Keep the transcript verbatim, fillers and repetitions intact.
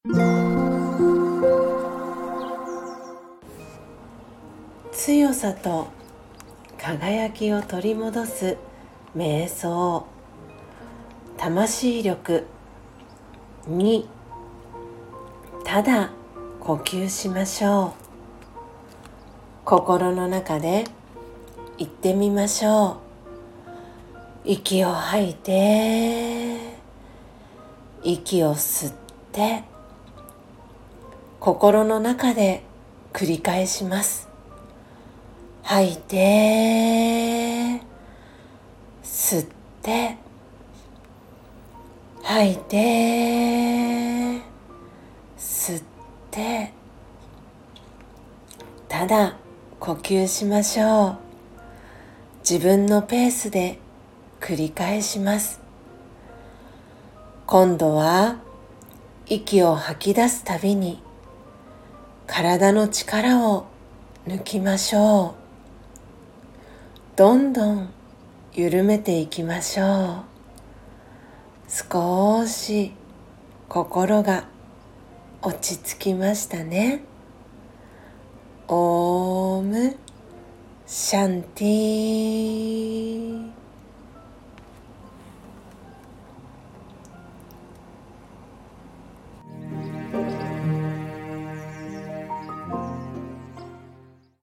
強さと輝きを取り戻す瞑想。魂力。に、ただ呼吸しましょう。心の中で言ってみましょう。息を吐いて、息を吸って、心の中で繰り返します。吐いて、吸って、吐いて、吸って、ただ呼吸しましょう。自分のペースで繰り返します。今度は息を吐き出すたびに体の力を抜きましょう。どんどん緩めていきましょう。少し心が落ち着きましたね。オームシャンティー。